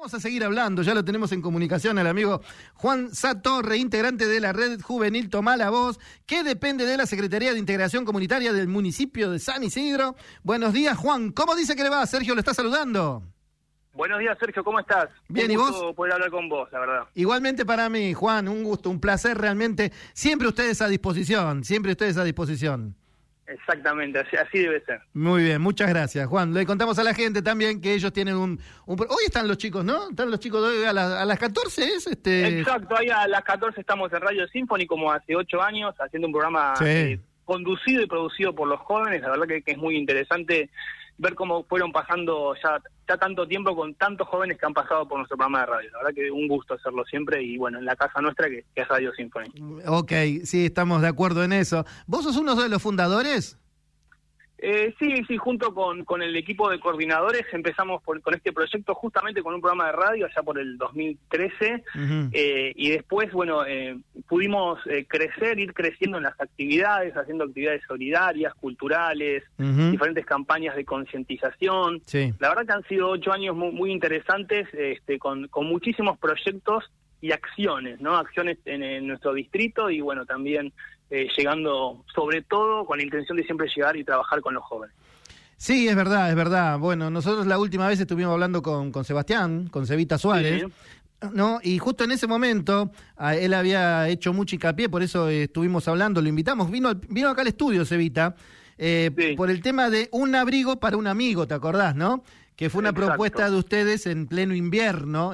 Vamos a seguir hablando, ya lo tenemos en comunicación al amigo Juan Satorre, integrante de la Red Juvenil Tomá la Voz, que depende de la Secretaría de Integración Comunitaria del municipio de San Isidro. Buenos días, Juan. ¿Cómo dice que le va? Sergio lo está saludando. Buenos días, Sergio, ¿cómo estás? Bien, ¿y vos? Un gusto poder hablar con vos, la verdad. Igualmente para mí, Juan, un gusto, un placer realmente. Siempre ustedes a disposición, Exactamente, así debe ser. Muy bien, muchas gracias, Juan. Le contamos a la gente también que ellos tienen hoy están los chicos, ¿no? Están los chicos de hoy a las 14, ¿es? Exacto, ahí a las 14 estamos en Radio Symphony como hace 8 años, haciendo un programa conducido y producido por los jóvenes. La verdad que es muy interesante ver cómo fueron pasando ya tanto tiempo con tantos jóvenes que han pasado por nuestro programa de radio. La verdad que un gusto hacerlo siempre y bueno, en la casa nuestra que es Radio Symphony. Ok, sí, estamos de acuerdo en eso. ¿Vos sos uno de los fundadores? Sí, junto con el equipo de coordinadores empezamos con este proyecto justamente con un programa de radio allá por el 2013 y después, bueno, pudimos ir creciendo en las actividades, haciendo actividades solidarias, culturales, diferentes campañas de concientización. Sí. La verdad que han sido 8 años muy interesantes, con muchísimos proyectos y acciones, ¿no? Acciones en nuestro distrito y bueno, también llegando sobre todo con la intención de siempre llegar y trabajar con los jóvenes. Sí, es verdad. Bueno, nosotros la última vez estuvimos hablando con Sebastián, con Cevita Suárez, sí, ¿no? Y justo en ese momento él había hecho mucho hincapié, por eso estuvimos hablando, lo invitamos, vino acá al estudio Cevita, sí, por el tema de un abrigo para un amigo, ¿te acordás, no? Que fue una propuesta de ustedes en pleno invierno,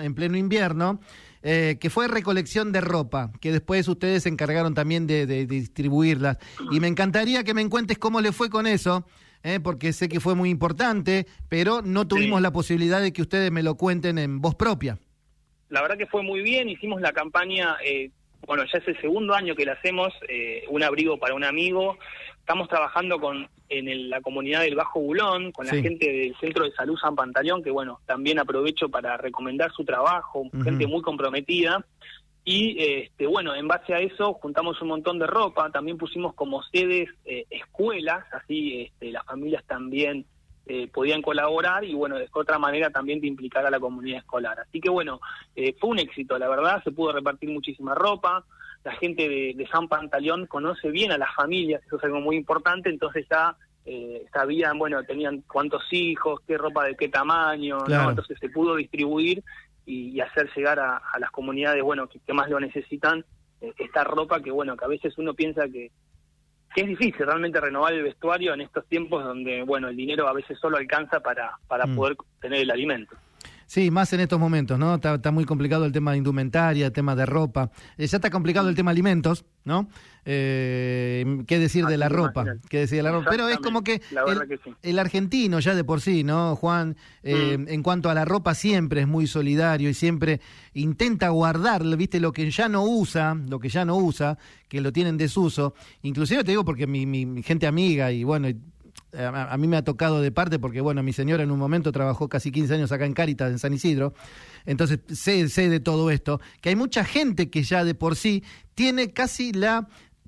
que fue recolección de ropa, que después ustedes se encargaron también de distribuirlas. Y me encantaría que me cuentes cómo le fue con eso, porque sé que fue muy importante, pero no tuvimos la posibilidad de que ustedes me lo cuenten en voz propia. La verdad que fue muy bien, hicimos la campaña, bueno, ya es el segundo año que la hacemos, un abrigo para un amigo. Estamos trabajando en la comunidad del Bajo Bulón, con la gente del Centro de Salud San Pantaleón, que bueno, también aprovecho para recomendar su trabajo, gente muy comprometida. Y bueno, en base a eso juntamos un montón de ropa, también pusimos como sedes escuelas, así las familias también podían colaborar y bueno, de otra manera también de implicar a la comunidad escolar. Así que bueno, fue un éxito, la verdad, se pudo repartir muchísima ropa. La gente de San Pantaleón conoce bien a las familias, eso es algo muy importante, entonces ya sabían, bueno, tenían cuántos hijos, qué ropa de qué tamaño, claro, ¿no? Entonces se pudo distribuir y hacer llegar a las comunidades, bueno, que más lo necesitan, esta ropa que, bueno, que a veces uno piensa que es difícil realmente renovar el vestuario en estos tiempos donde, bueno, el dinero a veces solo alcanza para poder tener el alimento. Sí, más en estos momentos, ¿no? Está muy complicado el tema de indumentaria, el tema de ropa. Ya está complicado el tema de alimentos, ¿no? ¿Qué decir de la ropa? Pero es como que el argentino ya de por sí, ¿no, Juan? En cuanto a la ropa siempre es muy solidario y siempre intenta guardar, ¿viste? Lo que ya no usa, que lo tienen desuso. Inclusive te digo porque mi gente amiga y bueno... A mí me ha tocado de parte porque, bueno, mi señora en un momento trabajó casi 15 años acá en Cáritas, en San Isidro, entonces sé de todo esto, que hay mucha gente que ya de por sí tiene casi la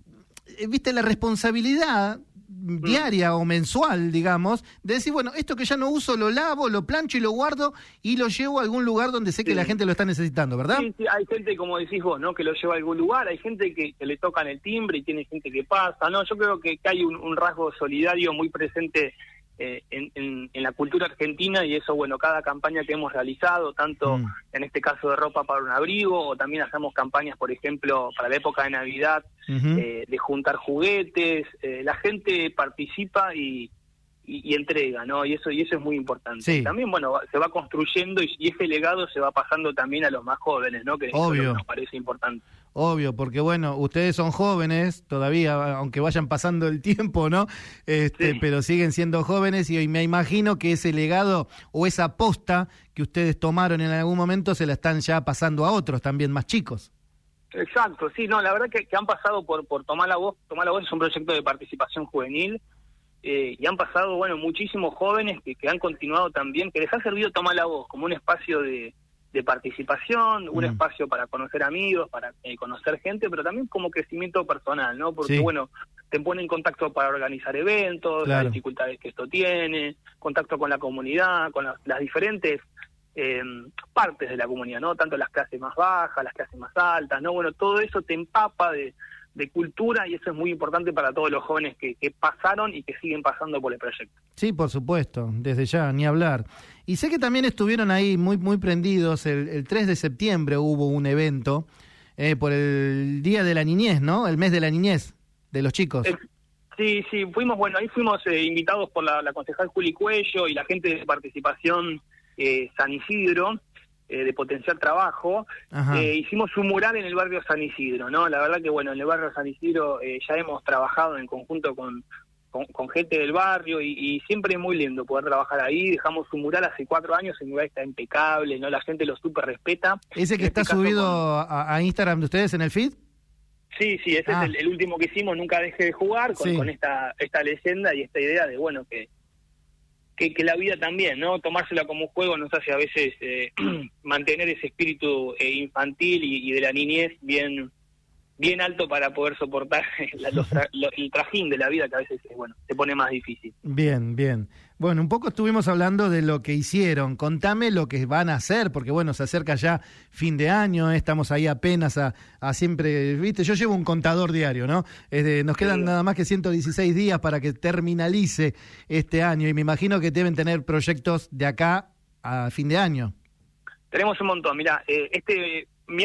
responsabilidad diaria o mensual, digamos, de decir, bueno, esto que ya no uso lo lavo, lo plancho y lo guardo y lo llevo a algún lugar donde sé que la gente lo está necesitando, ¿verdad? Sí, hay gente, como decís vos, ¿no? Que lo lleva a algún lugar, hay gente que le tocan el timbre y tiene gente que pasa, ¿no? Yo creo que hay un rasgo solidario muy presente en la cultura argentina y eso, bueno, cada campaña que hemos realizado, tanto en este caso de ropa para un abrigo, o también hacemos campañas, por ejemplo, para la época de Navidad, de juntar juguetes, la gente participa y entrega, ¿no? Y eso es muy importante. Sí. También, bueno, se va construyendo y ese legado se va pasando también a los más jóvenes, ¿no? Que obvio, nos parece importante. Obvio, porque bueno, ustedes son jóvenes todavía, aunque vayan pasando el tiempo, ¿no? Pero siguen siendo jóvenes y me imagino que ese legado o esa posta que ustedes tomaron en algún momento se la están ya pasando a otros también más chicos. Exacto, sí, no, la verdad que han pasado por Tomá la Voz. Tomá la Voz es un proyecto de participación juvenil y han pasado, bueno, muchísimos jóvenes que han continuado también, que les ha servido Tomá la Voz como un espacio de participación, un espacio para conocer amigos, para conocer gente, pero también como crecimiento personal, ¿no? Porque, bueno, te pone en contacto para organizar eventos, las dificultades que esto tiene, contacto con la comunidad, con las diferentes partes de la comunidad, ¿no? Tanto las clases más bajas, las clases más altas, ¿no? Bueno, todo eso te empapa de cultura y eso es muy importante para todos los jóvenes que pasaron y que siguen pasando por el proyecto. Sí, por supuesto, desde ya, ni hablar. Y sé que también estuvieron ahí muy prendidos, el 3 de septiembre hubo un evento por el Día de la Niñez, ¿no? El mes de la niñez de los chicos. Sí, fuimos invitados por la concejal Juli Cuello y la gente de participación San Isidro, de Potenciar Trabajo. Hicimos un mural en el barrio San Isidro, ¿no? La verdad que, bueno, en el barrio San Isidro ya hemos trabajado en conjunto con gente del barrio y siempre es muy lindo poder trabajar ahí. Dejamos un mural hace 4 años, el mural está impecable, ¿no? La gente lo súper respeta. ¿Ese que está subido a Instagram de ustedes en el feed? Sí, ese es el último que hicimos, Nunca deje de jugar, con esta leyenda y esta idea de, bueno, que la vida también, ¿no? Tomársela como un juego nos hace a veces mantener ese espíritu infantil y de la niñez bien alto para poder soportar el trajín de la vida que a veces, se pone más difícil. Bien. Bueno, un poco estuvimos hablando de lo que hicieron. Contame lo que van a hacer, porque bueno, se acerca ya fin de año, estamos ahí apenas a siempre, viste, yo llevo un contador diario, ¿no? Nos quedan nada más que 116 días para que terminalice este año y me imagino que deben tener proyectos de acá a fin de año. Tenemos un montón, mirá, este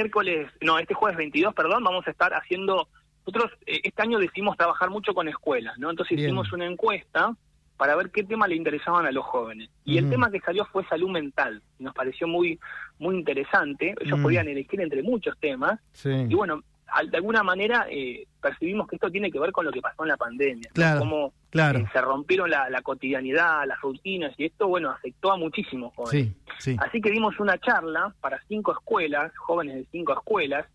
jueves 22, vamos a estar haciendo, nosotros este año decidimos trabajar mucho con escuelas, ¿no? Entonces hicimos una encuesta para ver qué tema le interesaban a los jóvenes. Y el tema que salió fue salud mental. Nos pareció muy muy interesante. Ellos podían elegir entre muchos temas. Y bueno, de alguna manera percibimos que esto tiene que ver con lo que pasó en la pandemia. Claro, ¿no? Cómo se rompieron la cotidianidad, las rutinas, y esto, bueno, afectó a muchísimos jóvenes. Sí. Así que dimos una charla para 5 escuelas, jóvenes de 5 escuelas,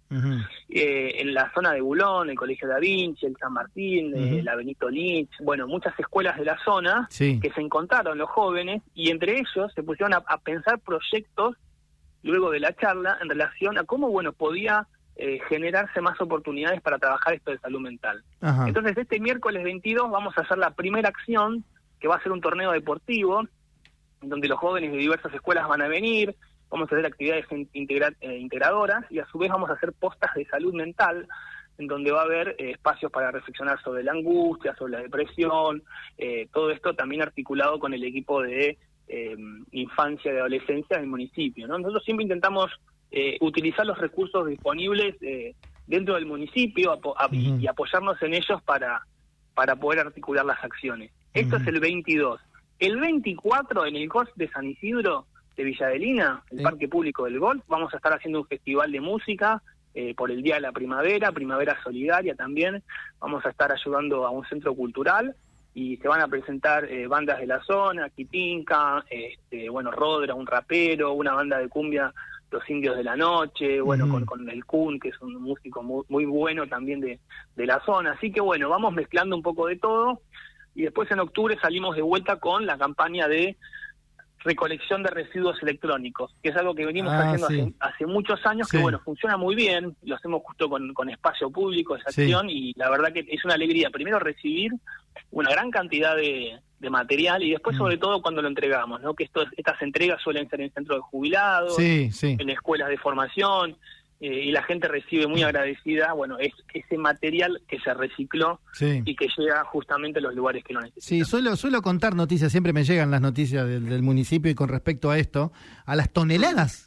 en la zona de Bulón, el Colegio Da Vinci, el San Martín, la Benito Lynch, bueno, muchas escuelas de la zona que se encontraron los jóvenes y entre ellos se pusieron a pensar proyectos luego de la charla en relación a cómo, bueno, podía generarse más oportunidades para trabajar esto de salud mental. Entonces este miércoles 22 vamos a hacer la primera acción, que va a ser un torneo deportivo, donde los jóvenes de diversas escuelas van a venir, vamos a hacer actividades integradoras y a su vez vamos a hacer postas de salud mental, en donde va a haber espacios para reflexionar sobre la angustia, sobre la depresión, todo esto también articulado con el equipo de infancia y adolescencia del municipio, ¿no? Nosotros siempre intentamos utilizar los recursos disponibles dentro del municipio y apoyarnos en ellos para poder articular las acciones. Esto es el 22. El 24, en el golf de San Isidro de Villa Adelina, el Parque Público del Golf, vamos a estar haciendo un festival de música por el Día de la Primavera Solidaria también. Vamos a estar ayudando a un centro cultural y se van a presentar bandas de la zona, Quitinca, Rodra, un rapero, una banda de cumbia, Los Indios de la Noche, con el Kun, que es un músico muy, muy bueno también de la zona. Así que bueno, vamos mezclando un poco de todo y después en octubre salimos de vuelta con la campaña de recolección de residuos electrónicos, que es algo que venimos haciendo hace muchos años, que bueno, funciona muy bien, lo hacemos justo con espacio público, esa acción, y la verdad que es una alegría, primero recibir una gran cantidad de material y después sobre todo cuando lo entregamos, ¿no? Que estas entregas suelen ser en centros de jubilados, en escuelas de formación, y la gente recibe muy agradecida, bueno, es ese material que se recicló y que llega justamente a los lugares que lo necesitan. Sí, suelo contar noticias, siempre me llegan las noticias del municipio y con respecto a esto, a las toneladas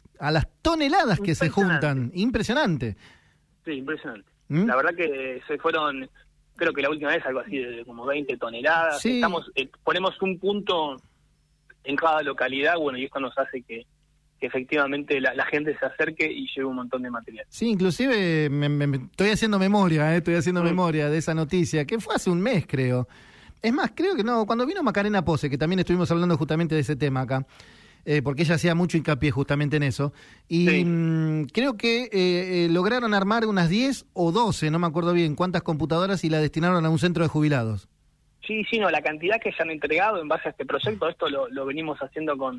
que se juntan, impresionante. Sí, impresionante. La verdad que se fueron, creo que la última vez algo así de como 20 toneladas. Ponemos un punto en cada localidad, bueno, y esto nos hace que efectivamente la gente se acerque y lleve un montón de material. Sí, inclusive estoy haciendo memoria, memoria de esa noticia, que fue hace un mes, creo. Es más, creo que no, cuando vino Macarena Pose, que también estuvimos hablando justamente de ese tema acá, porque ella hacía mucho hincapié justamente en eso, y creo que lograron armar unas 10 o 12, no me acuerdo bien, cuántas computadoras y la destinaron a un centro de jubilados. Sí, la cantidad que se han entregado en base a este proyecto, esto lo venimos haciendo con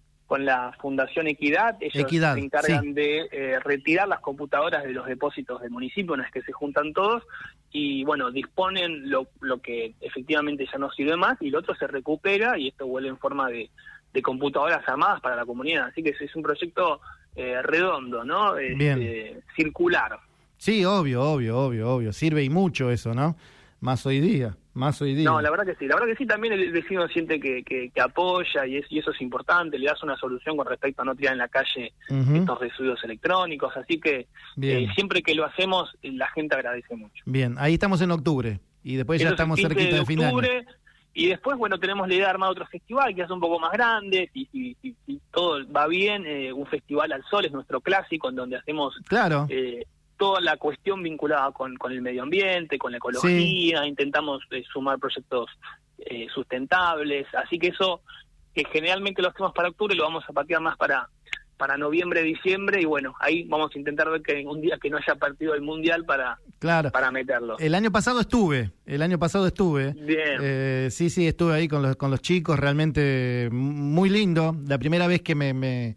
la Fundación Equidad. Ellos se encargan de retirar las computadoras de los depósitos del municipio, una vez que se juntan todos, y bueno, disponen lo que efectivamente ya no sirve más, y lo otro se recupera, y esto vuelve en forma de computadoras armadas para la comunidad. Así que es un proyecto redondo, ¿no? Circular. Sí, obvio. Sirve y mucho eso, ¿no? Más hoy día. No, la verdad que sí, también el vecino siente que apoya y eso es importante, le das una solución con respecto a no tirar en la calle estos residuos electrónicos, así que siempre que lo hacemos la gente agradece mucho. Bien, ahí estamos en octubre y después ya estamos cerquita de fin de año. Y después, bueno, tenemos la idea de armar otro festival que es un poco más grande, y todo va bien, un festival al sol es nuestro clásico, en donde hacemos... Claro. Toda la cuestión vinculada con el medio ambiente, con la ecología, intentamos sumar proyectos sustentables, así que eso, que generalmente lo hacemos para octubre, lo vamos a patear más para noviembre, diciembre, y bueno, ahí vamos a intentar ver que un día que no haya partido el Mundial para meterlo. El año pasado estuve. Bien. Sí, estuve ahí con los chicos, realmente muy lindo, la primera vez que me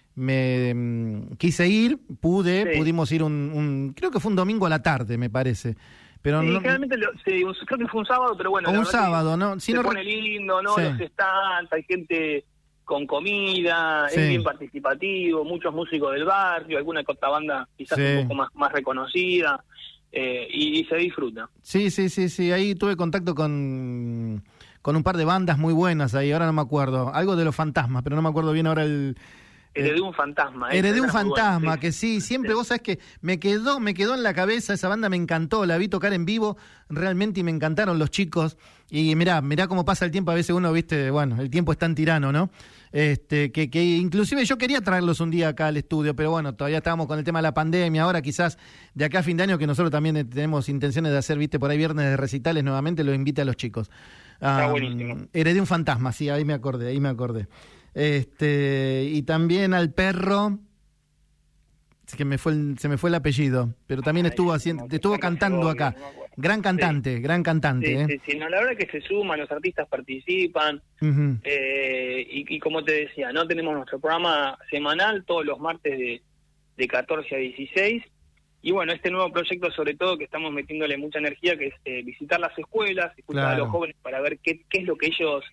quise ir, pudimos ir creo que fue un domingo a la tarde, me parece. Pero sí, generalmente creo que fue un sábado, pero bueno. O un sábado, ¿no? Si se pone lindo, ¿no? Sí. Los stands, hay gente con comida, es bien participativo, muchos músicos del barrio, alguna banda quizás un poco más reconocida, y se disfruta. Sí, ahí tuve contacto con un par de bandas muy buenas ahí, ahora no me acuerdo, algo de Los Fantasmas, pero no me acuerdo bien ahora Heredé un fantasma. Heredé un fantasma, bueno, que siempre vos sabés que me quedó en la cabeza, esa banda me encantó, la vi tocar en vivo realmente y me encantaron los chicos. Y mirá cómo pasa el tiempo, a veces uno, viste, bueno, el tiempo es tan tirano, ¿no? Que inclusive yo quería traerlos un día acá al estudio, pero bueno, todavía estábamos con el tema de la pandemia, ahora quizás de acá a fin de año, que nosotros también tenemos intenciones de hacer, viste, por ahí viernes de recitales nuevamente, los invite a los chicos. Está buenísimo. Heredé un fantasma, sí, ahí me acordé. Y también al perro, que se me fue el apellido, pero también estuvo cantando acá. Gran cantante. Sí, no, la verdad que se suman, los artistas participan, y como te decía, no tenemos nuestro programa semanal todos los martes de 14 a 16, y bueno, este nuevo proyecto sobre todo que estamos metiéndole mucha energía, que es visitar las escuelas, escuchar a los jóvenes para ver qué es lo que ellos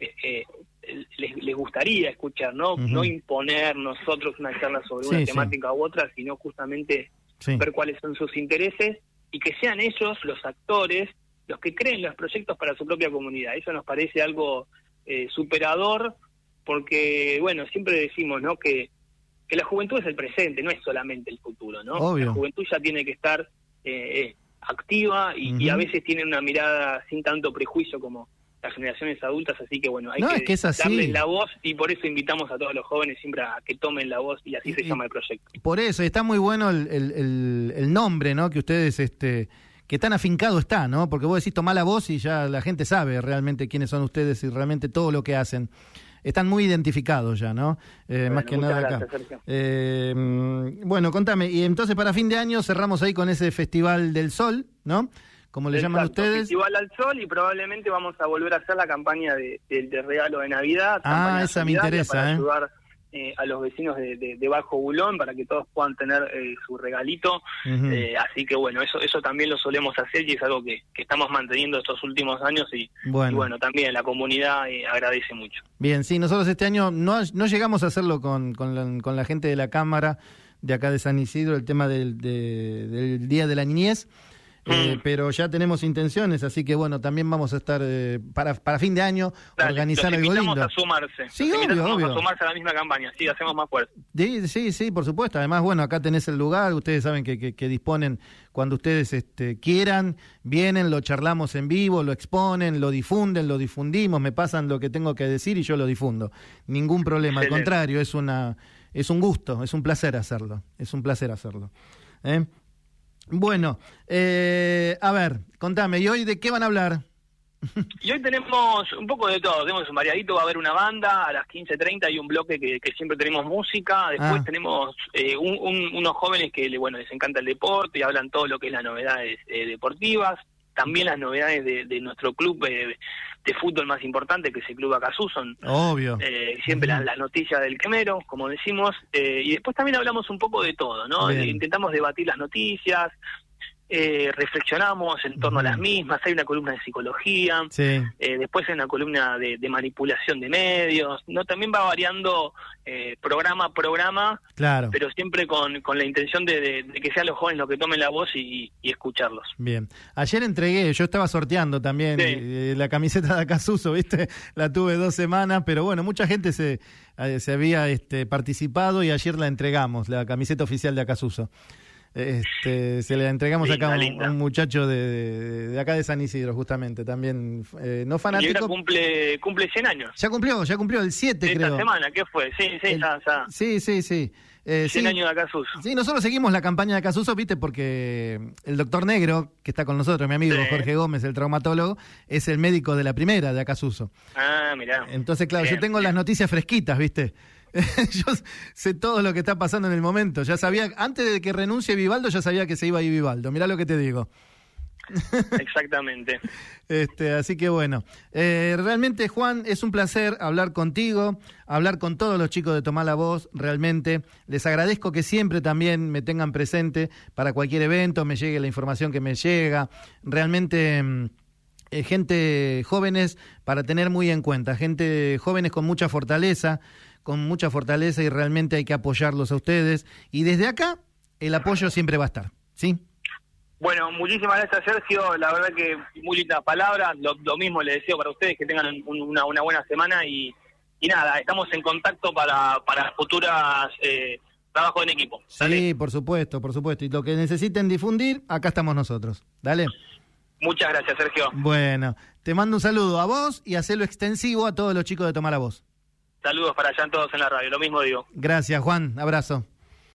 les gustaría escuchar, ¿no? No imponer nosotros una charla sobre una temática u otra, sino justamente ver cuáles son sus intereses y que sean ellos los actores, los que creen los proyectos para su propia comunidad. Eso nos parece algo superador, porque, bueno, siempre decimos, ¿no?, que la juventud es el presente, no es solamente el futuro, ¿no? Obvio. La juventud ya tiene que estar activa y a veces tiene una mirada sin tanto prejuicio como las generaciones adultas, así que bueno, hay que darles la voz, y por eso invitamos a todos los jóvenes siempre a que tomen la voz, y así se llama el proyecto. Por eso, está muy bueno el nombre, ¿no?, que ustedes, que tan afincado está, ¿no?, porque vos decís tomá la voz y ya la gente sabe realmente quiénes son ustedes y realmente todo lo que hacen. Están muy identificados ya, ¿no? Bueno, más que nada acá. Gracias, bueno, contame, y entonces para fin de año cerramos ahí con ese Festival del Sol, ¿no?, como le llaman ustedes. Festival al Sol, y probablemente vamos a volver a hacer la campaña de regalo de Navidad. Esa me interesa, para ayudar a los vecinos de Bajo Bulón, para que todos puedan tener su regalito. Así que bueno, eso también lo solemos hacer, y es algo que estamos manteniendo estos últimos años, y bueno, también la comunidad agradece mucho. Bien, sí, nosotros este año no llegamos a hacerlo con la gente de la Cámara de acá de San Isidro, el tema del Día de la Niñez. Pero ya tenemos intenciones, así que bueno, también vamos a estar para fin de año organizar algo lindo. A sumarse. Sí, obvio. A sumarse a la misma campaña, sí, hacemos más fuerte. Sí, por supuesto. Además, bueno, acá tenés el lugar, ustedes saben que disponen cuando ustedes quieran, vienen, lo charlamos en vivo, lo exponen, lo difunden, lo difundimos, me pasan lo que tengo que decir y yo lo difundo. Ningún problema, al contrario, es un gusto, es un placer hacerlo. Bueno, a ver, contame, ¿y hoy de qué van a hablar? Y hoy tenemos un poco de todo, tenemos un variadito, va a haber una banda, a las 15:30 hay un bloque que siempre tenemos música, después tenemos unos jóvenes que les encanta el deporte y hablan todo lo que es las novedades deportivas, también las novedades de nuestro club de fútbol más importante, que es el Club Acazú, son siempre las noticias del quemero, como decimos, y después también hablamos un poco de todo, ¿no? Intentamos debatir las noticias, reflexionamos en torno a las mismas. Hay una columna de psicología, después hay una columna de manipulación de medios, ¿no? También va variando programa a programa, claro, pero siempre con la intención de que sean los jóvenes los que tomen la voz y escucharlos. Bien. Ayer entregué, yo estaba sorteando también la camiseta de Acasuso, ¿viste? La tuve 2 semanas, pero bueno, mucha gente se había participado y ayer la entregamos, la camiseta oficial de Acasuso. Se la entregamos acá a un muchacho de acá de San Isidro, justamente, también no fanático. Y ahora cumple 100 años. Ya cumplió el 7, creo. Esta semana, ¿qué fue? Ya. Sí. 100 años de Acasuso. Sí, nosotros seguimos la campaña de Acasuso, ¿viste? Porque el doctor Negro, que está con nosotros, mi amigo Jorge Gómez, el traumatólogo, es el médico de la primera de Acasuso. Ah, mirá. Entonces, claro, yo tengo las noticias fresquitas, ¿viste? Yo sé todo lo que está pasando en el momento. Ya sabía, antes de que renuncie Vivaldo, ya sabía que se iba a ir Vivaldo. Mirá lo que te digo. Exactamente. Así que bueno, realmente, Juan, es un placer hablar contigo, hablar con todos los chicos de Tomá la Voz. Realmente les agradezco que siempre también me tengan presente para cualquier evento, me llegue la información que me llega. Realmente gente jóvenes para tener muy en cuenta, gente jóvenes con mucha fortaleza y realmente hay que apoyarlos a ustedes. Y desde acá el apoyo siempre va a estar, ¿sí? Bueno, muchísimas gracias, Sergio. La verdad que muy lindas palabras. Lo mismo le deseo para ustedes, que tengan una buena semana y nada, estamos en contacto para futuras trabajos en equipo. ¿Dale? Sí, por supuesto. Y lo que necesiten difundir, acá estamos nosotros. Dale. Muchas gracias, Sergio. Bueno, te mando un saludo a vos y hacelo extensivo a todos los chicos de Tomá la Voz. Saludos para allá todos en la radio, lo mismo digo. Gracias, Juan. Abrazo.